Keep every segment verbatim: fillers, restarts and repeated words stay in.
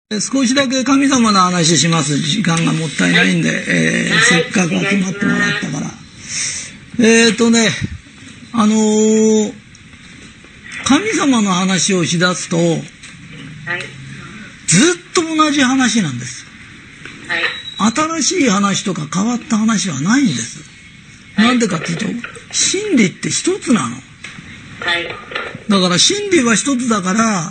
少しだけ神様の話します。時間がもったいないんで、えー、せっかく集まってもらったから。えーとね、あのー、神様の話をしだすと、はい、ずっと同じ話なんです。はい、新しい話とか変わった話はないんです。はい、なんでかっていうと、真理って一つなの。はい、だから真理は一つだから、はい、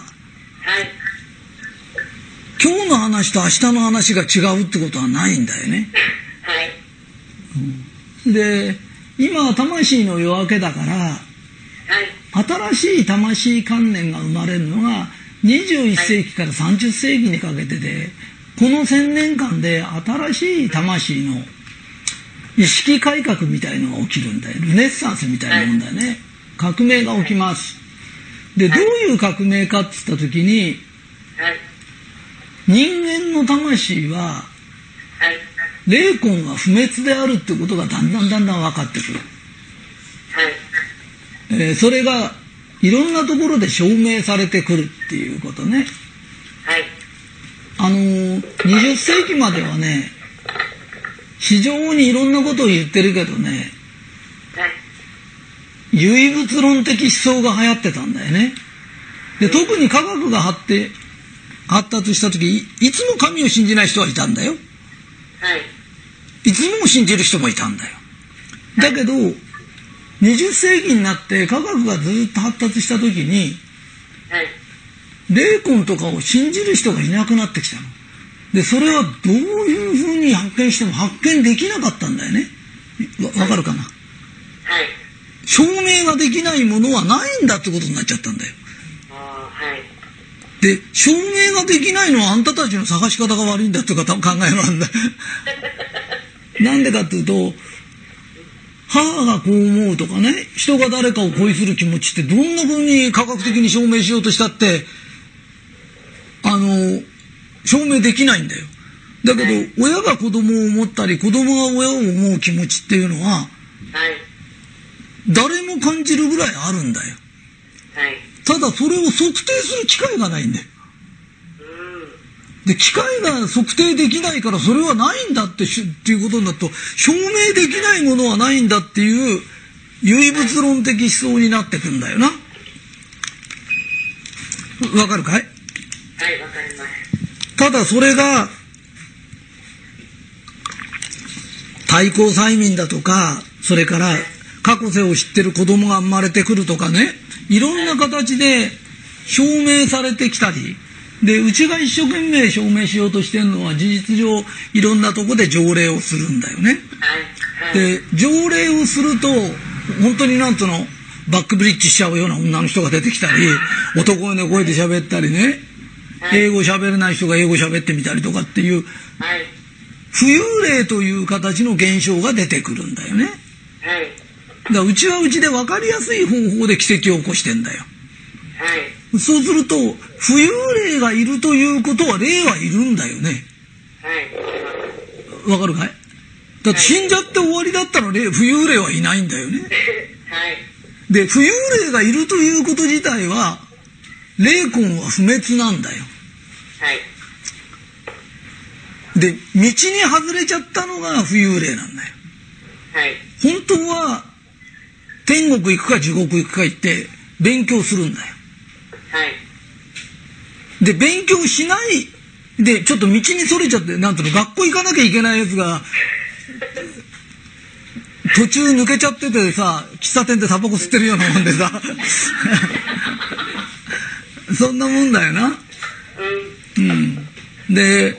今日の話と明日の話が違うってことはないんだよね。はい。うん、で、今は魂の夜明けだから、はい、新しい魂観念が生まれるのがにじゅういっせいきからさんじゅっせいきにかけてで、このせんねんかんで新しい魂の意識改革みたいのが起きるんだよ。ルネッサンスみたいなもんだよね。革命が起きます。で、どういう革命かって言った時に、人間の魂は霊魂は不滅であるってことがだんだんだんだん分かってくる。えー、それがいろんなところで証明されてくるっていうことね。あのー、にじゅっせいきまではね、非常にいろんなことを言ってるけどね、唯物論的思想が流行ってたんだよね。で、特に科学が発展発達した時、いつも神を信じない人はいたんだよ。はい。いつも信じる人もいたんだよ。だけど、にじゅっせいきになって科学がずっと発達した時に、はい、霊魂とかを信じる人がいなくなってきたの。で、それはどういうふうに発見しても発見できなかったんだよね。わ、わかるかな？はい。証明ができないものはないんだってことになっちゃったんだよ。で、証明ができないのはあんたたちの探し方が悪いんだとか考えもあるんだ。なんでかっていうと、母がこう思うとかね、人が誰かを恋する気持ちってどんな風に科学的に証明しようとしたって、あの、証明できないんだよ。だけど、親が子供を思ったり、子供が親を思う気持ちっていうのは、誰も感じるぐらいあるんだよ。ただそれを測定する機会がないんだよ。で、機械が測定できないからそれはないんだってっていうことになると、証明できないものはないんだっていう唯物論的思想になってくんだよな。わかるかい？はい、わかります。ただそれが対抗催眠だとか、それから過去世を知ってる子供が生まれてくるとかね、いろんな形で証明されてきたり、で、うちが一生懸命証明しようとしてるのは事実上いろんなとこで条例をするんだよね。で、条例をすると本当になんとのバックブリッジしちゃうような女の人が出てきたり、男の声で喋ったりね、英語喋れない人が英語喋ってみたりとかっていう浮遊霊という形の現象が出てくるんだよね。だからうちはうちで分かりやすい方法で奇跡を起こしてんだよ。はい、そうすると浮遊霊がいるということは霊はいるんだよね。わ、はい、かるかい？だって死んじゃって終わりだったら霊、浮遊霊はいないんだよね。はい、で、浮遊霊がいるということ自体は霊魂は不滅なんだよ。はい、で、道に外れちゃったのが浮遊霊なんだよ。はい、本当は天国行くか地獄行くか行って勉強するんだよ。はい。で、勉強しないでちょっと道にそれちゃって、なんていうの、学校行かなきゃいけないやつが途中抜けちゃっててさ、喫茶店でタバコ吸ってるようなもんでさそんなもんだよな。うん。で、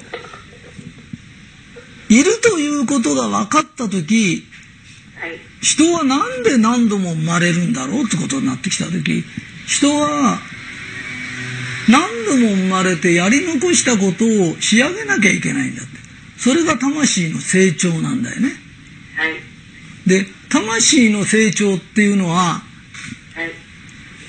いるということが分かったとき、人はなんで何度も生まれるんだろうってことになってきたとき、人は何度も生まれてやり残したことを仕上げなきゃいけないんだって。それが魂の成長なんだよね。はい、で、魂の成長っていうのは、はい、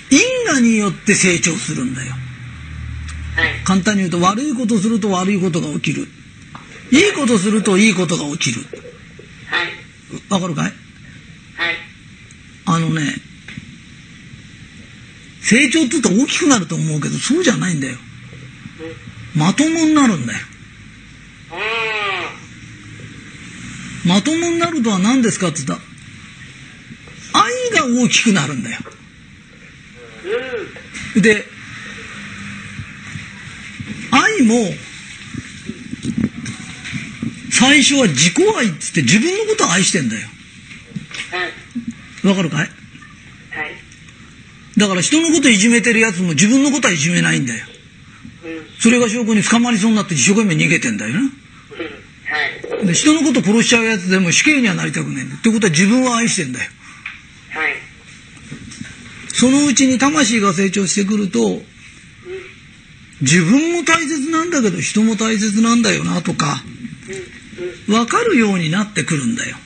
因果によって成長するんだよ。はい、簡単に言うと、悪いことすると悪いことが起きる。いいことするといいことが起きる。はい、わかるかい？はい、あのね、成長って言うと大きくなると思うけど、そうじゃないんだよ。 まともになるんだよ。まともになるとは何ですかって言ったら、愛が大きくなるんだよ。で、愛も最初は自己愛っつって自分のことを愛してんだよ。わかるかい？だから人のこといじめてるやつも自分のことはいじめないんだよ。それが証拠に捕まりそうになって一生懸命逃げてんだよな。で人のこと殺しちゃうやつでも死刑にはなりたくないんだよ。ってことは自分を愛してんだよ。そのうちに魂が成長してくると、自分も大切なんだけど人も大切なんだよなとか分かるようになってくるんだよ。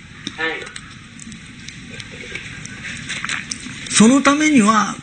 そのためには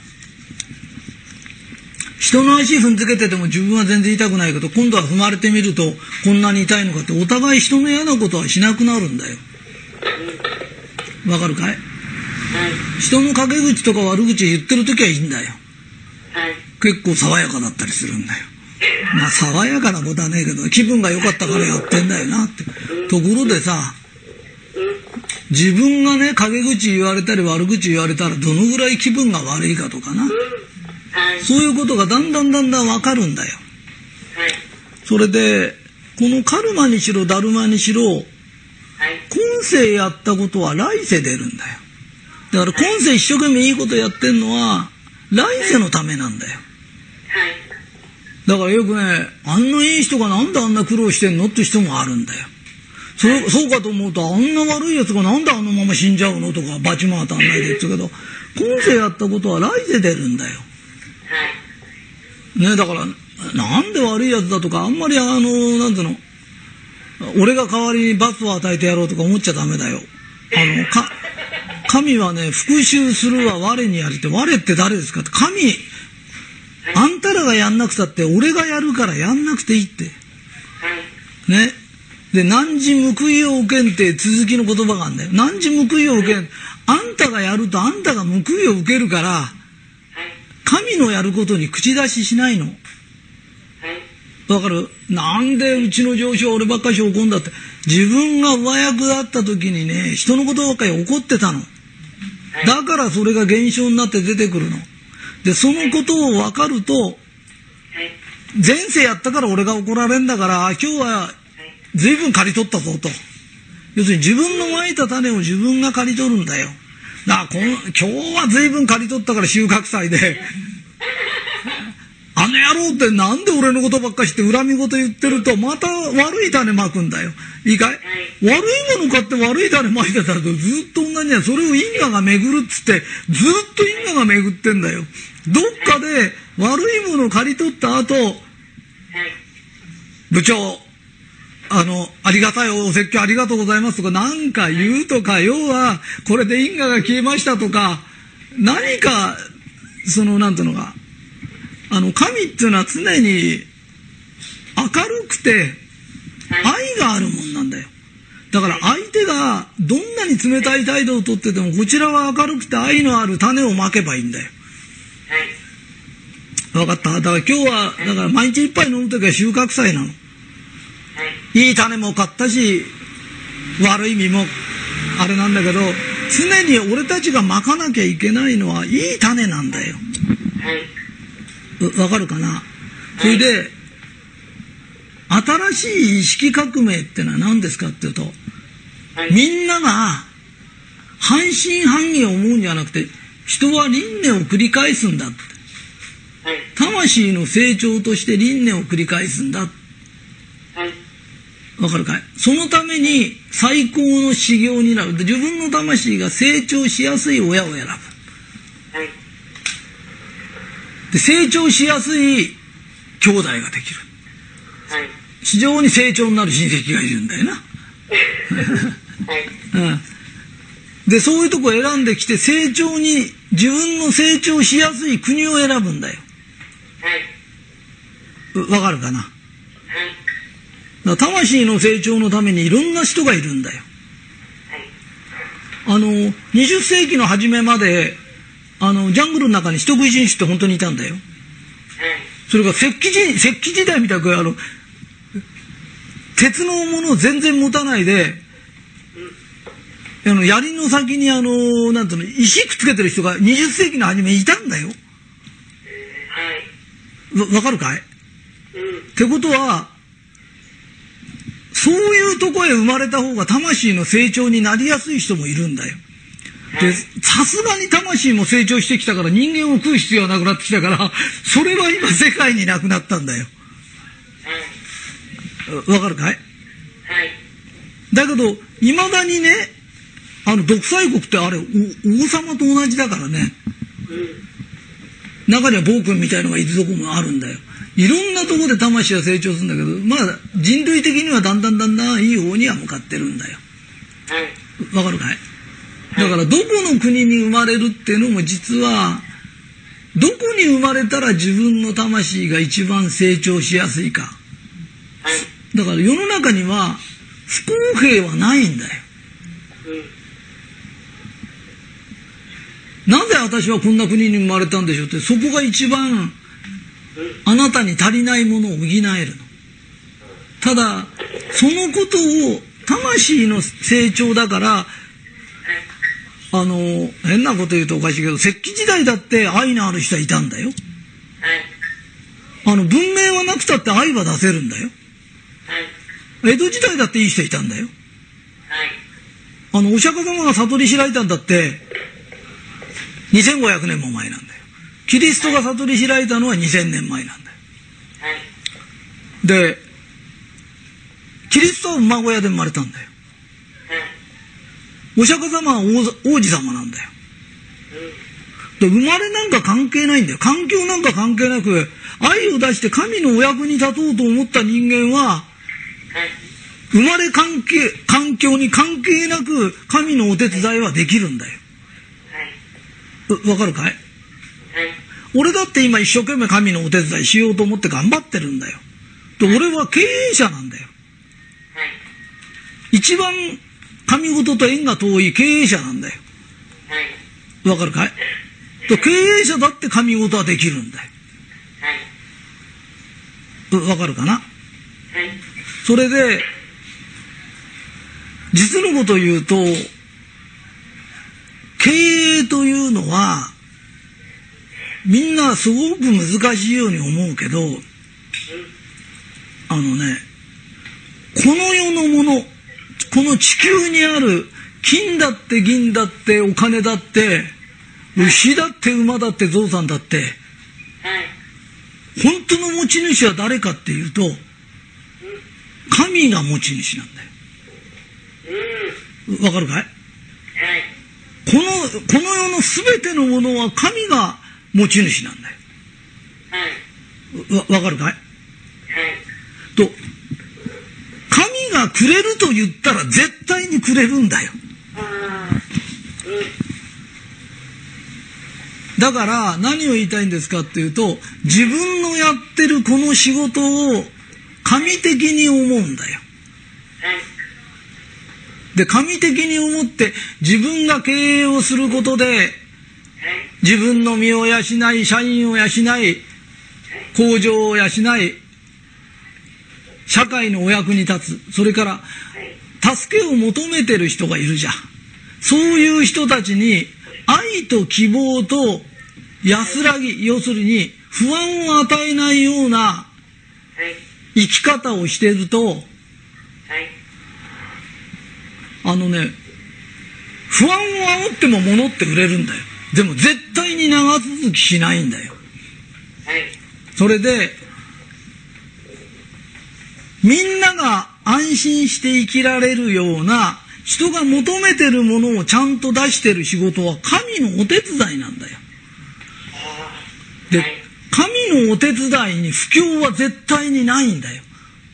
人の足踏んづけてても自分は全然痛くないけど、今度は踏まれてみるとこんなに痛いのかって、お互い人の嫌なことはしなくなるんだよ。わかるかい？人の陰口とか悪口言ってるときはいいんだよ。結構爽やかだったりするんだよ。まあ爽やかなことはねえけど気分が良かったからやってんだよなって。ところでさ、自分がね陰口言われたり悪口言われたらどのぐらい気分が悪いかとかな、そういうことがだんだんだんだん分かるんだよ。それでこのカルマにしろダルマにしろ、今世やったことは来世出るんだよ。だから今世一生懸命いいことやってんのは来世のためなんだよ。だからよくね、あんないい人がなんであんな苦労してんのって人もあるんだよ。それそうかと思うと、あんな悪いやつがなんであのまま死んじゃうのとかバチも当たんないでって言うけど、今世やったことは来世出るんだよ。ね、だからなんで悪いやつだとかあんまりあのなんていうの、俺が代わりに罰を与えてやろうとか思っちゃダメだよ。あのか神はね、復讐するは我にやりって、我って誰ですかって、神あんたらがやんなくたって俺がやるからやんなくていいってね。で、何時報いを受けんって続きの言葉があるんだよ。何時報いを受けん、あんたがやるとあんたが報いを受けるから、神のやることに口出ししないの。わかる？なんでうちの上司は俺ばっかし怒んだって、自分が上役だった時にね、人のことばっかり怒ってたの。だからそれが現象になって出てくるの。で、そのことを分かると、前世やったから俺が怒られんだから、今日は随分刈り取ったぞと。要するに自分の蒔いた種を自分が刈り取るんだよ。だからこの今日は随分刈り取ったから収穫祭で、あの野郎ってなんで俺のことばっかしって恨み事言ってると、また悪い種まくんだよ。いいかい？悪いもの買って悪い種まいてたらずっと同じや。それを因果が巡るっつってずっと因果が巡ってんだよ。どっかで悪いものを刈り取った後、部長あのありがたいお説教ありがとうございますとかなんか言うとか、要はこれで因果が消えましたとか、何かそのなんていうのか、あの神っていうのは常に明るくて愛があるもんなんだよ。だから相手がどんなに冷たい態度をとってても、こちらは明るくて愛のある種をまけばいいんだよ。分かった？だから今日はだから毎日一杯飲むときは収穫祭なの。いい種も買ったし悪い実もあれなんだけど、常に俺たちがまかなきゃいけないのはいい種なんだよ。わかるかな？それで新しい意識革命ってのは何ですかっていうと、みんなが半信半疑を思うんじゃなくて、人は輪廻を繰り返すんだって、魂の成長として輪廻を繰り返すんだ。わかるかい？そのために最高の修行になる。自分の魂が成長しやすい親を選ぶ。で、成長しやすい兄弟ができる。非常に成長になる親戚がいるんだよな。うん、で、そういうとこを選んできて、成長に、自分の成長しやすい国を選ぶんだよ。わかるかな？だから魂の成長のためにいろんな人がいるんだよ。あの、にじゅっせいきの初めまで、あの、ジャングルの中に人食い人種って本当にいたんだよ。 それから石器時、石器時代みたく、あの、鉄のものを全然持たないで、あの、槍の先にあの、なんていうの、石くっつけてる人がにじゅっせいきの初めいたんだよ。わ、わかるかい？ってことは、そういうとこへ生まれた方が魂の成長になりやすい人もいるんだよ。で、さすがに魂も成長してきたから人間を食う必要はなくなってきたから、それは今世界になくなったんだよ。わかるかい？だけど、未だにね、あの、独裁国ってあれ、王様と同じだからね。中には暴君みたいのがいるとこもあるんだよ。いろんなとこで魂は成長するんだけど、まあ、人類的にはだんだんだんだんいい方には向かってるんだよ。わかるかい？だからどこの国に生まれるっていうのも実はどこに生まれたら自分の魂が一番成長しやすいか。だから世の中には不公平はないんだよ。なぜ私はこんな国に生まれたんでしょうって、そこが一番あなたに足りないものを補えるの。ただそのことを魂の成長だから、あの、変なこと言うとおかしいけど、石器時代だって愛のある人はいたんだよ。あの、文明はなくたって愛は出せるんだよ。江戸時代だっていい人いたんだよ。あの、お釈迦様が悟り開いたんだって、にせんごひゃくねんも前なんだよ。キリストが悟り開いたのはにせんねんまえなんだよ。で、キリストは馬小屋で生まれたんだよ。お釈迦様は 王, 王子様なんだよ。で、生まれなんか関係ないんだよ。環境なんか関係なく、愛を出して神のお役に立とうと思った人間は、生まれ関係、環境に関係なく神のお手伝いはできるんだよ。わかるかい？俺だって今一生懸命神のお手伝いしようと思って頑張ってるんだよ。で、俺は経営者なんだよ。一番神事と縁が遠い経営者なんだよ。わかるかい？と経営者だって神事はできるんだよ。わかるかな？それで、実のことを言うと、経営というのは、みんなすごく難しいように思うけど、あのね、この世のもの、この地球にある金だって銀だってお金だって牛だって馬だってゾウさんだって本当の持ち主は誰かっていうと神が持ち主なんだよ。わかるかい？この、この世のすべてのものは神が持ち主なんだよ。わ、わかるかい？と神がくれると言ったら絶対にくれるんだよ。だから何を言いたいんですかっていうと、自分のやってるこの仕事を神的に思うんだよ。で、神的に思って自分が経営をすることで自分の身を養い、社員を養い、工場を養い、社会のお役に立つ。それから助けを求めてる人がいるじゃん。そういう人たちに愛と希望と安らぎ、要するに不安を与えないような生き方をしていると、あのね、不安を煽っても物って売れるんだよ。でも絶対に長続きしないんだよ。それでみんなが安心して生きられるような人が求めてるものをちゃんと出してる仕事は神のお手伝いなんだよ。で、神のお手伝いに不況は絶対にないんだよ。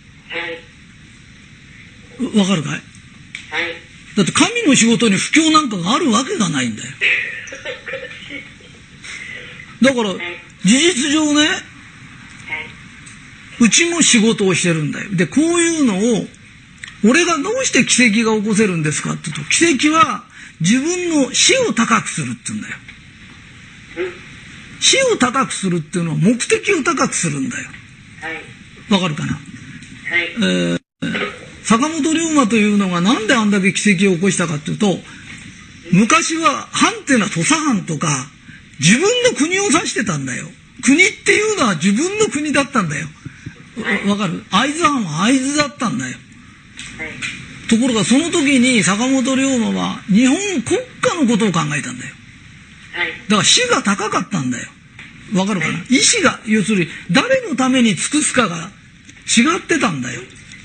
わかるかい？だって神の仕事に不況なんかがあるわけがないんだよ。だから事実上ね、うちも仕事をしてるんだよ。で、こういうのを俺がどうして奇跡が起こせるんですかって言うと、奇跡は自分の死を高くするって言うんだよ。 死を高くするっていうのは目的を高くするんだよ。わかるかな。えー、坂本龍馬というのがなんであんだけ奇跡を起こしたかっていうと、昔は藩っていうのは土佐藩とか自分の国を指してたんだよ。国っていうのは自分の国だったんだよ。わかる？会津藩は会津だったんだよ。ところがその時に坂本龍馬は日本国家のことを考えたんだよ。だから死が高かったんだよ。わかるかな。意志が、要するに誰のために尽くすかが違ってたんだよ。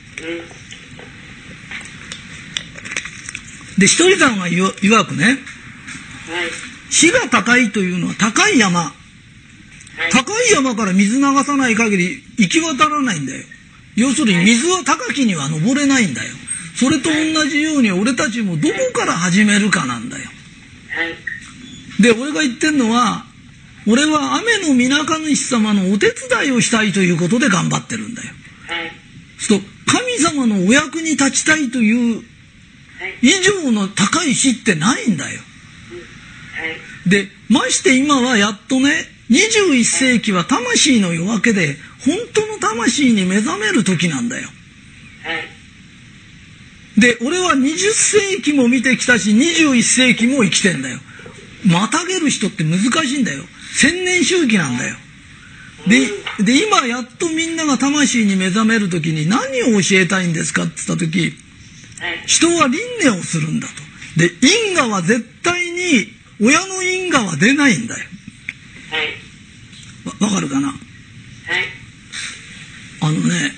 で、ひとりさんがいわくね、死が高いというのは高い山、高い山から水流さない限り行き渡らないんだよ。要するに水は高きには登れないんだよ。それと同じように俺たちもどこから始めるかなんだよ。で、俺が言ってんのは、俺は雨の水主様のお手伝いをしたいということで頑張ってるんだよ。そうすると神様のお役に立ちたいという以上の高い死ってないんだよ。で、まして今はやっとね、にじゅういっせいきは魂の夜明けで本当の魂に目覚める時なんだよ。で、俺はにじゅっせいきも見てきたしにじゅういっせいきも生きてんだよ。またげる人って難しいんだよ。千年周期なんだよ。で、で今やっとみんなが魂に目覚める時に何を教えたいんですかって言った時、人は輪廻をするんだと。で、因果は絶対に親の因果は出ないんだよ。わ, わかるかな。あのね、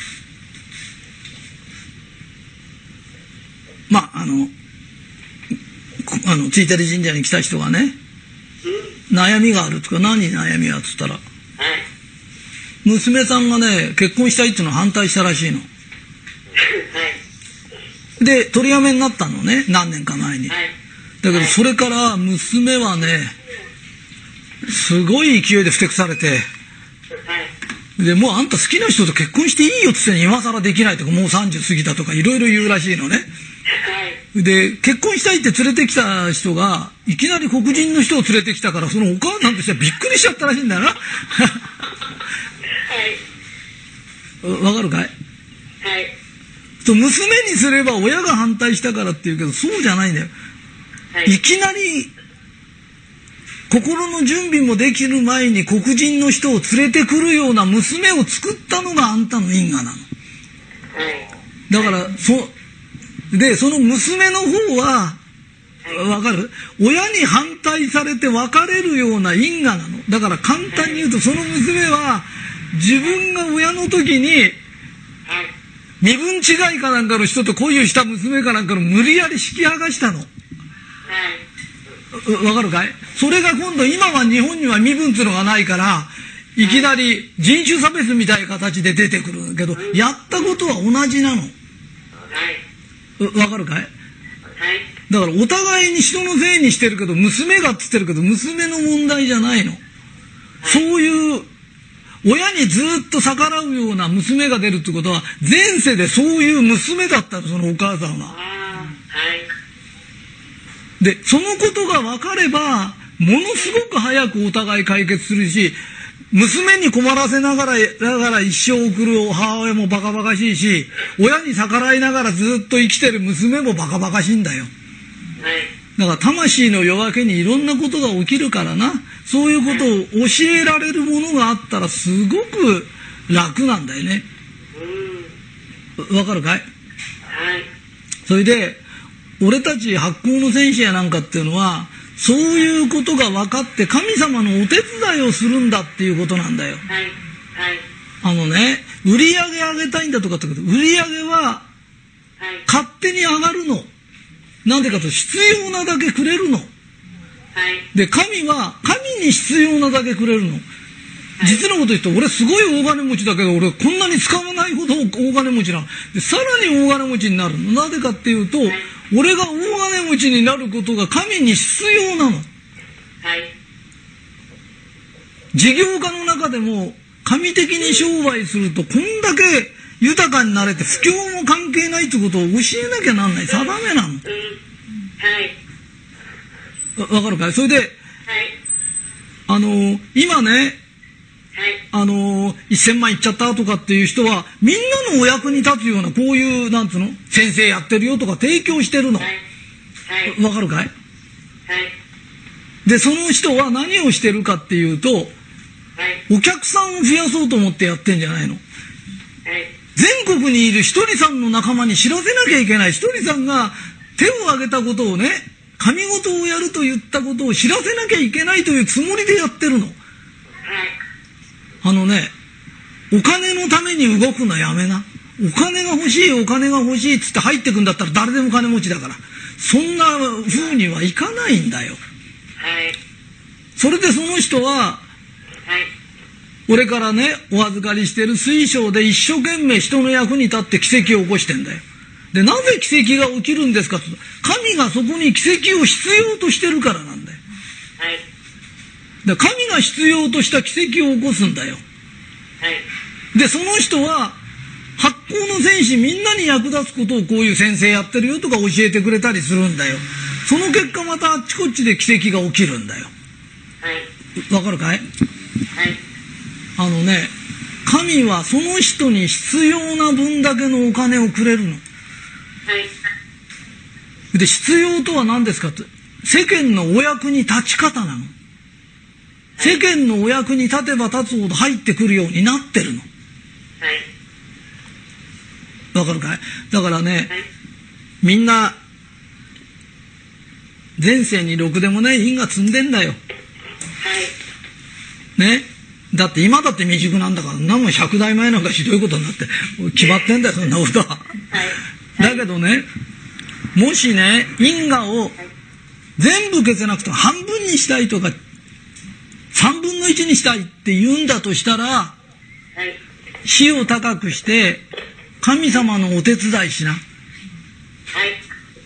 まああのあのついたり神社に来た人がね、悩みがあるとか、何悩みはっつったら、娘さんがね結婚したいっていうのを反対したらしいの。で取りやめになったのね、何年か前に。だけどそれから娘はねすごい勢いでふてくされて、でもうあんた好きな人と結婚していいよっつって今更できないとか、もうさんじゅう過ぎたとかいろいろ言うらしいのね。で結婚したいって連れてきた人がいきなり黒人の人を連れてきたから、そのお母さんとしてはびっくりしちゃったらしいんだよな。わかるかい。はい。と娘にすれば親が反対したからっていうけど、そうじゃないんだよ。はい、いきなり心の準備もできる前に黒人の人を連れてくるような娘を作ったのがあんたの因果なの。だからそでその娘の方はわかる？親に反対されて別れるような因果なの。だから簡単に言うと、その娘は自分が親の時に身分違いかなんかの人と恋をした娘かなんかの無理やり引き剥がしたの。わかるかい？それが今度今は日本には身分っていうのがないから、いきなり人種差別みたいな形で出てくるんだけど、やったことは同じなの。わかるかい？だからお互いに人のせいにしてるけど、娘がっつってるけど娘の問題じゃないの。そういう親にずっと逆らうような娘が出るってことは、前世でそういう娘だったの、そのお母さんは。でそのことが分かればものすごく早くお互い解決するし、娘に困らせながらだから一生送る母親もバカバカしいし、親に逆らいながらずっと生きてる娘もバカバカしいんだよ。だから魂の夜明けにいろんなことが起きるからな、そういうことを教えられるものがあったらすごく楽なんだよね。わかるかい？それで俺たち発行の戦士やなんかっていうのは、そういうことが分かって神様のお手伝いをするんだっていうことなんだよ。あのね、売り上げ上げたいんだとかってこと、売り上げは勝手に上がるの。なんでかと、必要なだけくれるの。で、神は神に必要なだけくれるの。実のこと言うと、俺すごい大金持ちだけど、俺こんなに使わないほど大金持ちなの。で、さらに大金持ちになるの。なぜかっていうと、俺が大金持ちになることが神に必要なの。事業家の中でも神的に商売すると、こんだけ豊かになれて不況も関係ないってことを教えなきゃなんない。定めなの。わかるかい？それで、ああの、今ね、 はい。 あの、せんまんいっちゃったとかっていう人は、みんなのお役に立つような、こういう、なんつうの、先生やってるよとか提供してるの。 はい。はい。 わかるかい？ はい。 で、その人は何をしてるかっていうと、 はい。 お客さんを増やそうと思ってやってんじゃないの。 はい。 全国にいるひとりさんの仲間に知らせなきゃいけない。ひとりさんが手を挙げたことをね、神事をやると言ったことを知らせなきゃいけないというつもりでやってるの。 はい。 あのね、お金のために動くのやめな。お金が欲しい、お金が欲しいっつって入ってくんだったら誰でも金持ちだから。そんな風にはいかないんだよ。 はい。 それでその人は、 はい。 俺からね、お預かりしてる水晶で一生懸命人の役に立って奇跡を起こしてんだよ。で、なぜ奇跡が起きるんですかと。神がそこに奇跡を必要としてるからなんだよ。 はい。 で、神が必要とした奇跡を起こすんだよ。 はい。 で、その人は、発酵の戦士みんなに役立つことをこういう先生やってるよとか教えてくれたりするんだよ。その結果またあっちこっちで奇跡が起きるんだよ。 はい。 わかるかい？ はい。 あのね、神はその人に必要な分だけのお金をくれるの。 はい。 で、必要とは何ですかって、世間のお役に立ち方なの。世間のお役に立てば立つほど入ってくるようになってるの。 はい。 わかるかい？だからね、 はい。 みんな、前世にろくでもない因果積んでんだよ。 はい。 ね。だって今だって未熟なんだから、何もひゃくだいまえなんかひどいことになって決まってんだよ、そんなことは。 はい。 だけどね、もしね、因果を全部消せなくても半分にしたいとか、さんぶんのいちにしたいって言うんだとしたら、 はい。 火を高くして神様のお手伝いしな。 はい。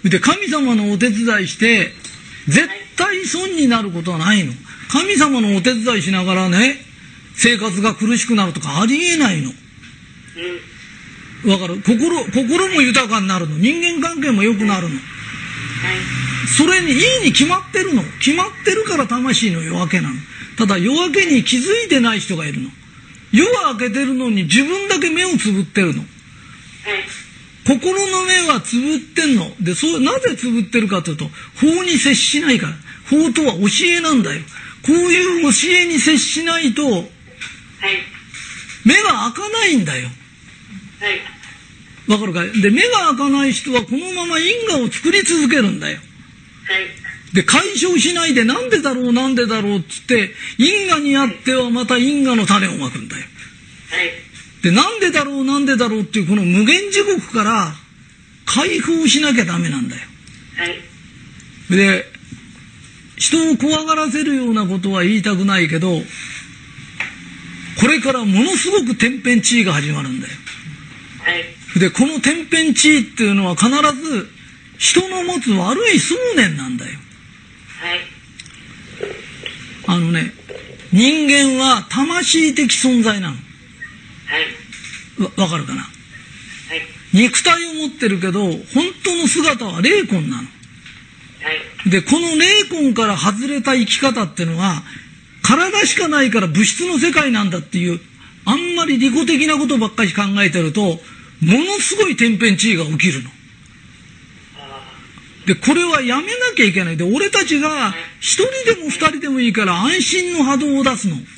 で、神様のお手伝いして絶対損になることはないの。神様のお手伝いしながらね、生活が苦しくなるとかありえないの。 うん。 わかる？心、心も豊かになるの。人間関係も良くなるの。 はい。 それにいいに決まってるの。決まってるから魂の夜明けなの。ただ夜明けに気づいてない人がいるの。夜は明けてるのに自分だけ目をつぶってるの。 はい。 心の目はつぶってんの。で、そう、なぜつぶってるかというと、法に接しないから。法とは教えなんだよ。こういう教えに接しないと、 はい。 目が開かないんだよ。 はい。 わかるかい？で、目が開かない人はこのまま因果を作り続けるんだよ。 はい。 で、解消しないでなんでだろうなんでだろうっつって、因果にあってはまた因果の種をまくんだよ。 はい。 で、なんでだろうなんでだろうっていうこの無限地獄から解放しなきゃダメなんだよ。 はい。 で、人を怖がらせるようなことは言いたくないけど、これからものすごく天変地異が始まるんだよ。 はい。 で、この天変地異っていうのは必ず人の持つ悪い想念なんだよ。 はい。 あのね、人間は魂的存在なの。 はい。 わ、わかるかな？ はい。 肉体を持ってるけど、本当の姿は霊魂なの。 はい。 で、この霊魂から外れた生き方っていうのは、体しかないから物質の世界なんだっていう、あんまり利己的なことばっかり考えてると、ものすごい天変地異が起きるの。で、これはやめなきゃいけない。で、俺たちが一人でも二人でもいいから安心の波動を出すの。 はい。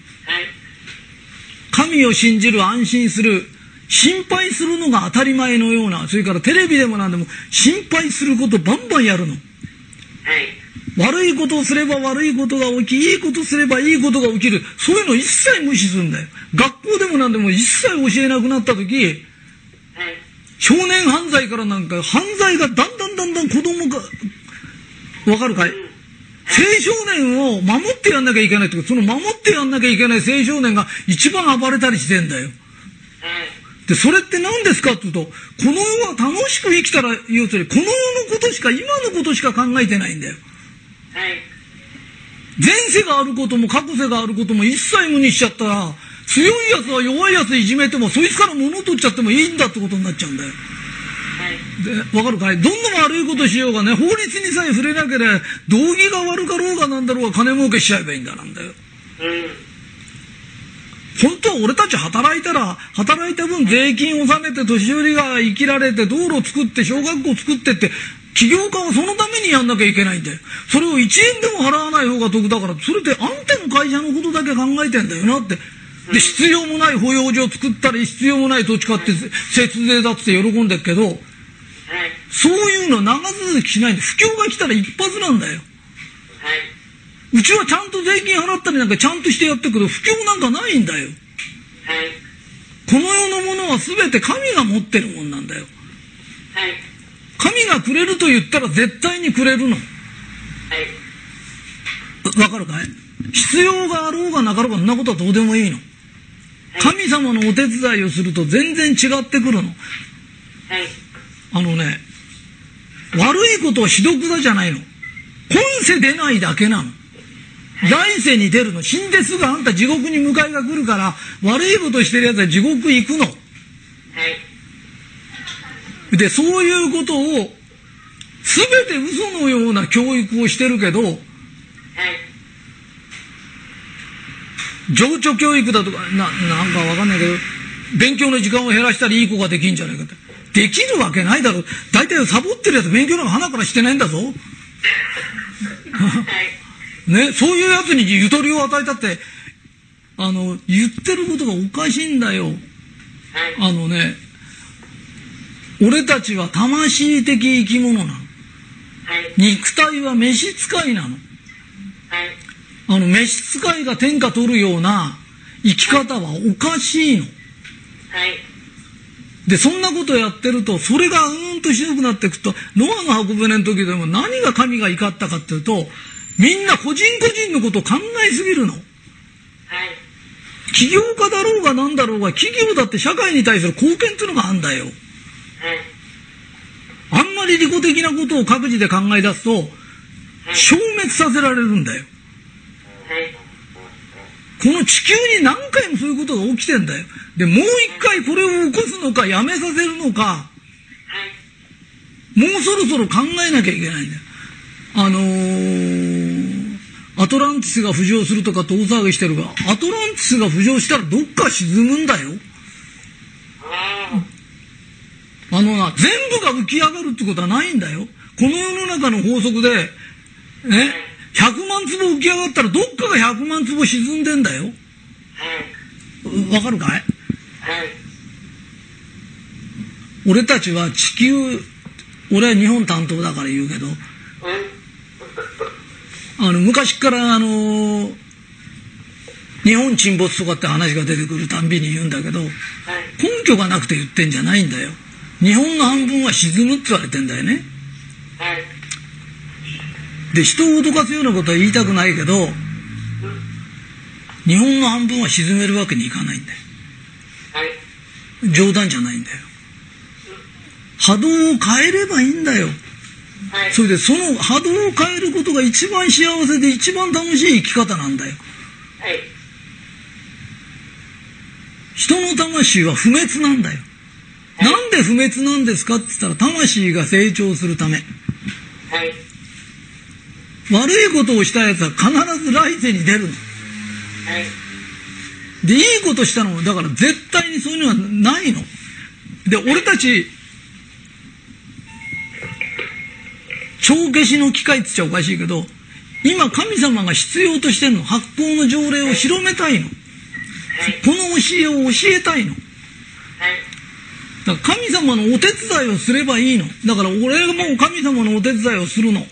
神を信じる、安心する、心配するのが当たり前のような、それからテレビでも何でも心配することバンバンやるの。 はい。 悪いことをすれば悪いことが起き、いいことすればいいことが起きる。そういうの一切無視するんだよ。学校でも何でも一切教えなくなった時、 はい。 少年犯罪からなんか犯罪がだんだんだんだん子供が、わかるかい？青少年を守ってやんなきゃいけないってこと、その守ってやんなきゃいけない青少年が一番暴れたりしてんだよ。 はい。 で、それって何ですかって言うと、この世は楽しく生きたら、要するにこの世のことしか、今のことしか考えてないんだよ。 はい。 前世があることも過去世があることも一切無にしちゃったら、強いやつは弱いやついじめても、そいつから物取っちゃってもいいんだってことになっちゃうんだよ。 はで、わかるかい？どんな悪いことしようがね、法律にさえ触れなければ、道義が悪かろうがなんだろうが金儲けしちゃえばいいんだなんだよ。本当は俺たち働いたら、働いた分税金を納めて年寄りが生きられて、道路作って、小学校作ってって、起業家はそのためにやんなきゃいけないんだよ。それをいちえんでも払わない方が得だから、それってあんたの会社のことだけ考えてんだよなって。で、必要もない保養所を作ったり、必要もない土地買って節税だって喜んでるけど、そういうの長続きしないんで、不況が来たら一発なんだよ。うちはちゃんと税金払ったりなんかちゃんとしてやってるけど、不況なんかないんだよ。この世のものは全て神が持ってるもんなんだよ。神がくれると言ったら絶対にくれるの。わかるかい？必要があろうがなかろうがそんなことはどうでもいいの。神様のお手伝いをすると全然違ってくるの。あのね、悪いことはひどくだじゃないの。今世出ないだけなの。来世に出るの。死んですぐあんた地獄に迎えが来るから、悪いことしてるやつは地獄行くの。で、そういうことを、すべて嘘のような教育をしてるけど、情緒教育だとか、な、なんかわかんないけど、勉強の時間を減らしたらいい子ができんじゃないかって。できるわけないだろ。大体サボってるやつ勉強なんか鼻からしてないんだぞ。ね、そういうやつにゆとりを与えたって、あの、言ってることがおかしいんだよ。あのね、俺たちは魂的生き物なの。肉体は召使いなの。あの、召使いが天下取るような生き方はおかしいの。で、そんなことやってると、それがうーんとひどくなっていくと、ノアの箱舟の時でも何が神が怒ったかっていうと、みんな個人個人のことを考えすぎるの。起業家だろうが何だろうが、企業だって社会に対する貢献っていうのがあるんだよ。あんまり利己的なことを各自で考え出すと、消滅させられるんだよ。この地球に何回もそういうことが起きてんだよ。で、もう一回これを起こすのかやめさせるのか、もうそろそろ考えなきゃいけないんだよ。あのー、アトランティスが浮上するとかって大騒ぎしてるが、アトランティスが浮上したらどっか沈むんだよ。あのな、全部が浮き上がるってことはないんだよ。この世の中の法則で、ね、ひゃくまんつぼ浮き上がったらどっかがひゃくまんつぼ沈んでんだよ。わかるかい？俺たちは地球、俺は日本担当だから言うけど、あの、昔からあの、日本沈没とかって話が出てくるたんびに言うんだけど、根拠がなくて言ってんじゃないんだよ。日本の半分は沈むって言われてんだよね。で、人を脅かすようなことは言いたくないけど、日本の半分は沈めるわけにいかないんだよ。冗談じゃないんだよ。波動を変えればいいんだよ。それでその波動を変えることが一番幸せで一番楽しい生き方なんだよ。人の魂は不滅なんだよ。なんで不滅なんですかって言ったら、魂が成長するため。悪いことをしたやつは必ず来世に出るの。で、いいことしたのも、だから絶対にそういうのはないの。で、俺たち、帳消しの機械って言っちゃおかしいけど、今神様が必要としてるの、発行の条例を広めたいの。この教えを教えたいの。だから神様のお手伝いをすればいいの。だから俺も神様のお手伝いをするの。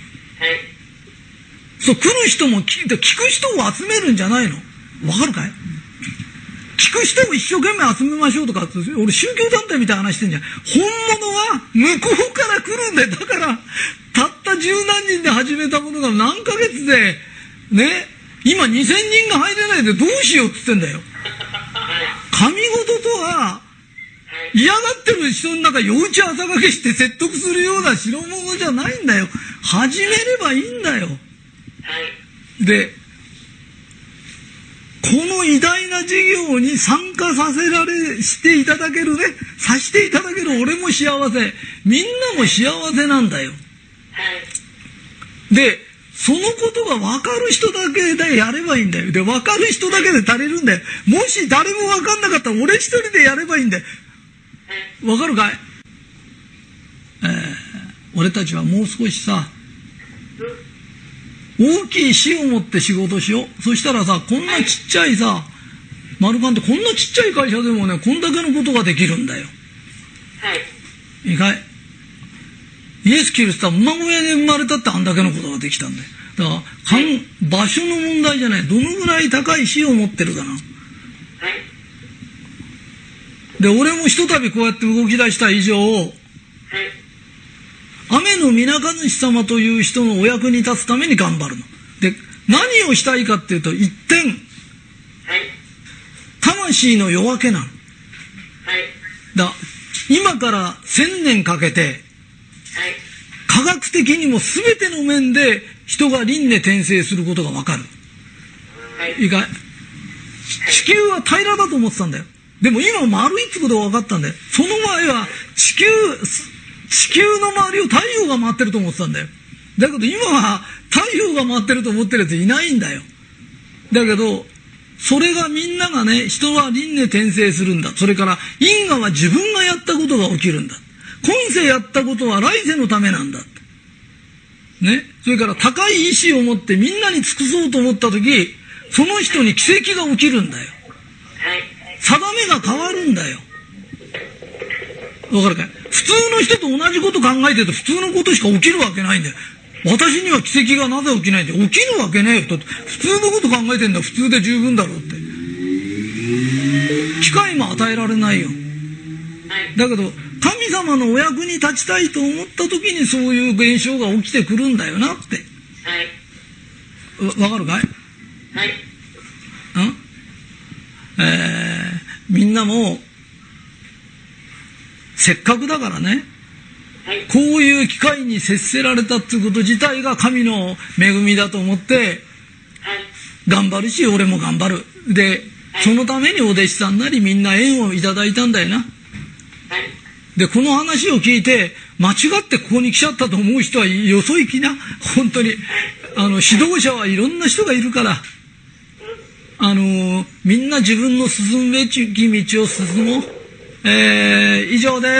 そう、来る人も聞いて、聞く人を集めるんじゃないの。わかるかい？聞く人を一生懸命集めましょうとか、俺宗教団体みたいな話してんじゃん。本物は向こうから来るんだよ。だから、たった十何人で始めたものが何ヶ月で、ね、今にせんにんが入れないでどうしようって言ってんだよ。神事とは、嫌がってる人の中、夜打ち朝掛けして説得するような代物じゃないんだよ。始めればいいんだよ。で、 この偉大な事業に参加させられ、していただけるね、さしていただける俺も幸せ、みんなも幸せなんだよ。で、そのことが分かる人だけでやればいいんだよ。で、分かる人だけで足りるんだよ。もし誰も分かんなかったら俺一人でやればいいんだよ。分かるかい？えー、俺たちはもう少しさ、大きい死を持って仕事しよう。そしたらさ、こんなちっちゃいさ、マルカンってこんなちっちゃい会社でもね、こんだけのことができるんだよ。 はい。 いいかい？イエス・キリストは馬小屋で生まれたってあんだけのことができたんだよ。だから、かん場所の問題じゃない。どのぐらい高い死を持ってるかな。 はい。 で、俺もひとたびこうやって動き出した以上、 はい。 雨の皆主様という人のお役に立つために頑張るの。で、何をしたいかっていうと、一点、 はい。 魂の夜明けなの。 はい。 だ、今から千年かけて、 はい。 科学的にも全ての面で人が輪廻転生することがわかる。 はい。 いいかい？地球は平らだと思ってたんだよ。でも今丸いってことが分かったんだよ。その前は地球、地球の周りを太陽が回ってると思ってたんだよ。だけど今は太陽が回ってると思ってるやついないんだよ。だけど、それがみんながね、人は輪廻転生するんだ。それから因果は自分がやったことが起きるんだ。今世やったことは来世のためなんだ。ね。それから高い意志を持ってみんなに尽くそうと思ったとき、その人に奇跡が起きるんだよ。 はい。 定めが変わるんだよ。わかるかい？普通の人と同じこと考えてると普通のことしか起きるわけないんだよ。私には奇跡がなぜ起きないんだよ。起きるわけねえよ。だって普通のこと考えてんだ。普通で十分だろうって。機会も与えられないよ。だけど神様のお役に立ちたいと思った時にそういう現象が起きてくるんだよなって。 はい。 わ、わかるかい？ はい。 ん？えー、みんなもせっかくだからね、 はい。 こういう機会に接せられたっていうこと自体が神の恵みだと思ってはい。 頑張るし、俺も頑張る。で、そのためにお弟子さんなりみんな縁をいただいたんだよな。 はい。 で、この話を聞いて間違ってここに来ちゃったと思う人はよそ行きな。本当にあの指導者はいろんな人がいるから、あのー、みんな自分の進むべき道を進もう。えー、以上です。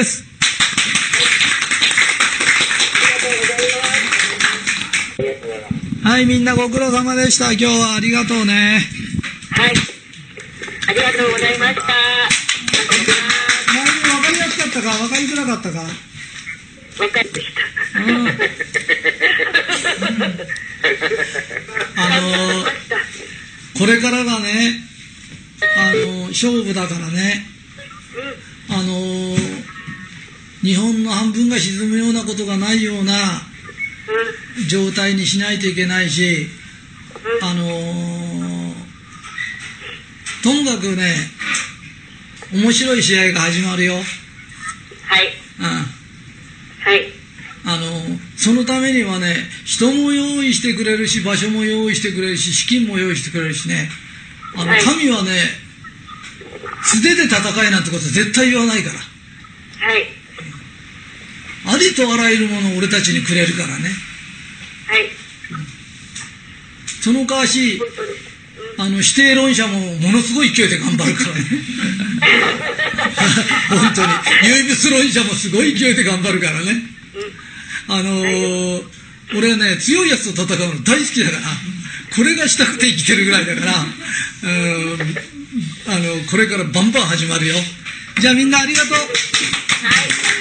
はい、みんなご苦労様でした。今日はありがとうね。 はい。ありがとうございました。 前に分かりやすかったか分かりづらかったか。 分かりました。 うん、うん、あのー、これからがね、あのー、勝負だからね、あのー、日本の半分が沈むようなことがないような状態にしないといけないし、あのー、ともかくね、面白い試合が始まるよ。 はい。 うん。 はい。 あのそのためにはね、人も用意してくれるし、場所も用意してくれるし、資金も用意してくれるしね、あの、はい、神はね、素手で戦えなんてこと絶対言わないから。 はい。 ありとあらゆるものを俺たちにくれるからね。 はい。 その代わし、あの否定論者もものすごい勢いで頑張るからね。本当に唯物論者もすごい勢いで頑張るからね。あのー、俺はね、強いやつと戦うの大好きだから、これがしたくて生きてるぐらいだから、うんあのこれからバンバン始まるよ。じゃあみんなありがとう。 はい。